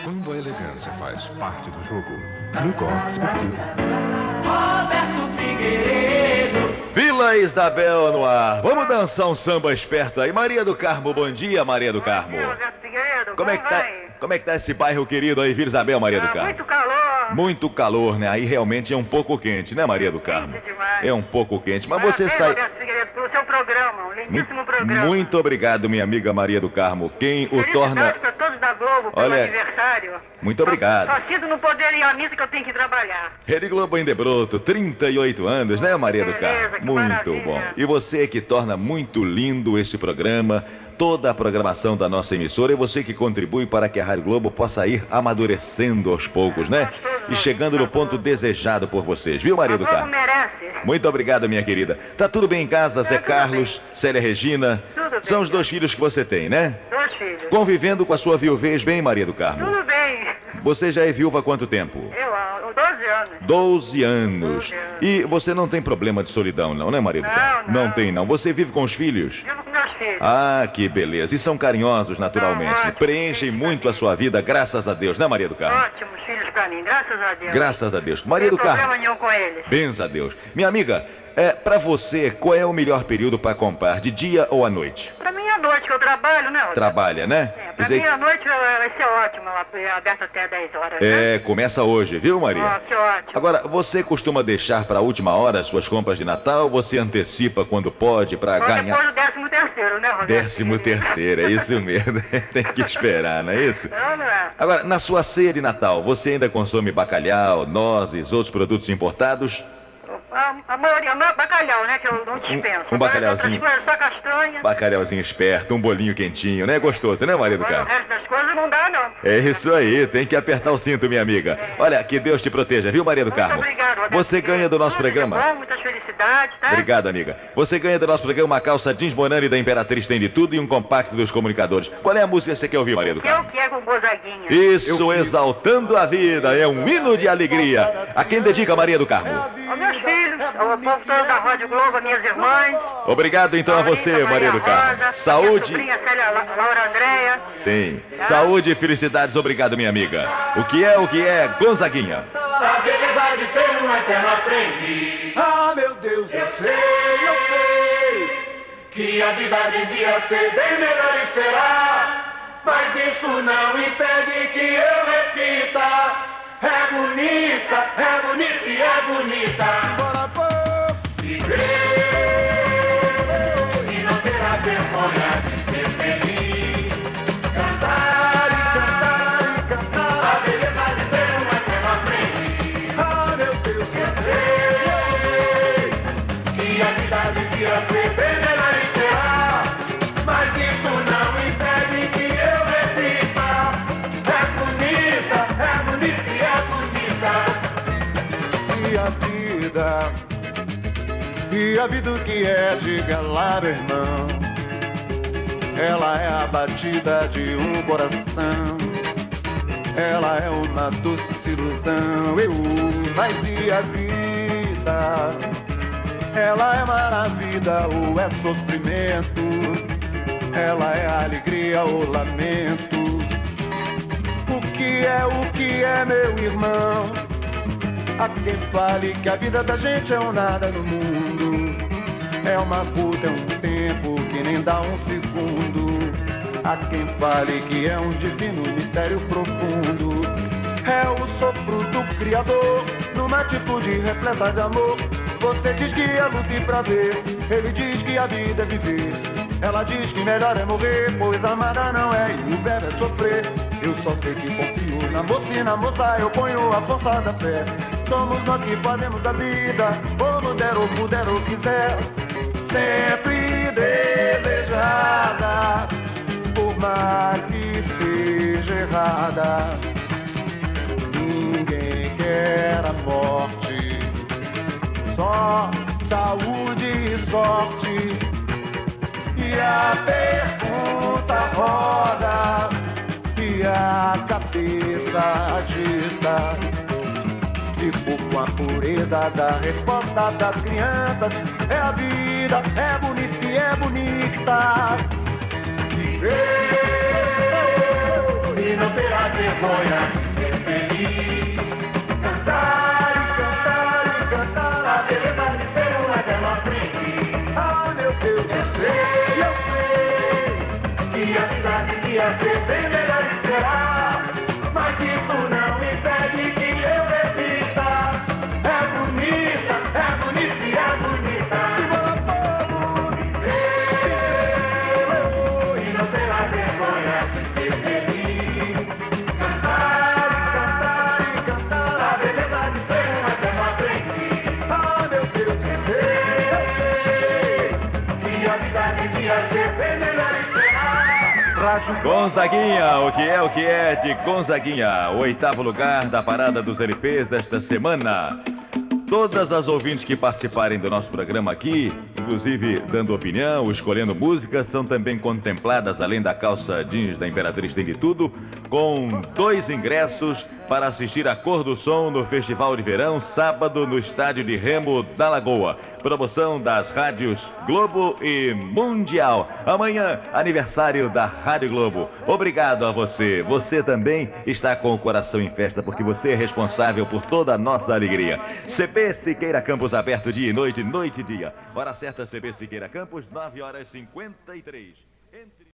Quando a elegância faz parte do jogo, no Coque Esportivo. Roberto Figueiredo. Vila Isabel no ar. Vamos dançar um samba esperto aí. Maria do Carmo, bom dia, Maria do Carmo. Bom dia, Roberto Figueiredo. Como é que tá esse bairro querido aí, Vila Isabel, Maria do Carmo? Muito calor. Muito calor, né? Aí realmente é um pouco quente, né, Maria do Carmo? Quente demais. É um pouco quente, mas você sai... Roberto Figueiredo, pelo seu programa, um lindíssimo programa. Muito obrigado, minha amiga Maria do Carmo. Quem o torna... para todos da Globo, pelo Olha, aniversário. muito obrigado. Só sinto não poder ir à missa que eu tenho que trabalhar. Rede Globo em Debroto, 38 anos, né, Maria do Beleza, Carmo? que Muito maravilha. bom. E você que torna muito lindo este programa, toda a programação da nossa emissora, e você que contribui para que a Rádio Globo possa ir amadurecendo aos poucos, né? E chegando no ponto desejado por vocês, viu, Maria do A Globo Carmo? merece. Muito obrigado, minha querida. Tá tudo bem em casa, Zé tudo Carlos, Célia Regina? Tudo bem, São os cara. 2 filhos que você tem, né? 2 filhos. Convivendo com a sua viuvez bem, Maria do Carmo? Tudo bem. Você já é viúva há quanto tempo? Eu, há 12 anos. 12 anos. 12 anos. E você não tem problema de solidão, não, né, Maria do Carmo? Não. Não tem, não. Você vive com os filhos? Vivo com meus filhos. Ah, que beleza. E são carinhosos, naturalmente. Não, ótimo. Preenchem muito a sua vida, graças a Deus, né, Maria do Carmo? Ótimos filhos pra mim, graças a Deus. Graças a Deus. Não Maria tem do Carmo, problema nenhum com eles. benza a Deus. Minha amiga, pra você, qual é o melhor período para comprar, de dia ou à noite? Pra mim é à noite que eu trabalho, né, Roberto? Trabalha, né? Pra mim a noite vai ser ótimo, ela é aberta até 10 horas, né? Começa hoje, viu, Maria? Ó, que ótimo. Agora, você costuma deixar para a última hora as suas compras de Natal ou você antecipa quando pode para Só ganhar? depois do 13º, né, Roberto? 13º, é isso mesmo. Tem que esperar, não é isso? Não é. Agora, na sua ceia de Natal, você ainda consome bacalhau, nozes, outros produtos importados? A maioria, bacalhau, né, que eu não dispenso. Um bacalhauzinho. Outras coisas, só castanha. Bacalhauzinho esperto, um bolinho quentinho, né? Gostoso, né, Maria do Agora, o Carmo? resto das coisas não dá, não. É isso aí, tem que apertar o cinto, minha amiga. Olha, que Deus te proteja, viu, Maria do Muito Carmo? obrigado, Roberto. Você ganha do nosso Tudo de programa. bom, muitas felicidades, tá? Obrigado, amiga. Você ganha do nosso programa uma calça jeans Bonani da Imperatriz Tem de Tudo e um compacto dos comunicadores. Qual é a música que você quer ouvir, Maria do Que eu Carmo? quero com Gozaguinha. Isso, exaltando a vida, é um hino de alegria. A quem dedica, Maria do Carmo? Aos meus filhos, ao povo todo da Rádio Globo, às minhas irmãs. Obrigado então a você, Maria do Carmo. Minha Saúde. sobrinha Célia Laura Andréia. Sim. Saúde e felicidades, obrigado, minha amiga. O que é, Gonzaguinha? A beleza de ser um eterno aprendiz. Ah, meu Deus, eu sei. Que a vida devia ser bem melhor e será. Mas isso não impede que eu repita. É bonita e é bonita. Bora, pô. Viver e não terá vergonha de ser feliz. Cantar e cantar. A beleza de ser um eterno aprendiz. Ah, meu Deus, eu Sei que a vida devia ser bem melhor e será. Mas isso não impede que eu repita. É bonita e é bonita. Se a vida o que é, diga lá, meu irmão. Ela é a batida de um coração. Ela é uma doce ilusão. Mas e a vida? Ela é maravilha ou é sofrimento? Ela é alegria ou lamento? O que é, meu irmão? Há quem fale que a vida da gente é um nada no mundo. É uma puta, é um tempo que nem dá um segundo. Há quem fale que é um divino mistério profundo. É o sopro do Criador numa atitude repleta de amor. Você diz que é luta e prazer, ele diz que a vida é viver. Ela diz que melhor é morrer, pois amada não é e o verbo é sofrer. Eu só sei que confio na moça e na moça eu ponho a força da fé. Somos nós que fazemos a vida, como der ou puder ou quiser. Sempre desejada, por mais que esteja errada. Ninguém quer a morte, só saúde e sorte. E a pergunta roda e a cabeça agita. Fico com a pureza da resposta das crianças. É a vida, é bonita e é bonita. E não terá a vergonha de ser feliz. Cantar e cantar e cantar a beleza de ser uma bela aprendiz. Ah, meu Deus, eu sei que a vida devia ser bem melhor e será, mas isso não impede que eu repita. É bonita e é bonita. Se vou povo viver e não ter a vergonha de ser feliz. Cantar e cantar a beleza de ser uma bela aprendiz. Ah, meu Deus, eu sei que a vida devia ser bem melhor e será. Gonzaguinha, o que é de Gonzaguinha? O 8º lugar da parada dos LPs esta semana. Todas as ouvintes que participarem do nosso programa aqui, inclusive dando opinião, escolhendo músicas, são também contempladas, além da calça jeans da Imperatriz Tem de Tudo, com 2 ingressos para assistir a Cor do Som no Festival de Verão, sábado no Estádio de Remo da Lagoa. Promoção das rádios Globo e Mundial. Amanhã, aniversário da Rádio Globo. Obrigado a você. Você também está com o coração em festa, porque você é responsável por toda a nossa alegria. CP Siqueira Campos, aberto dia e noite, noite e dia. Hora certa, CP Siqueira Campos, 9h53.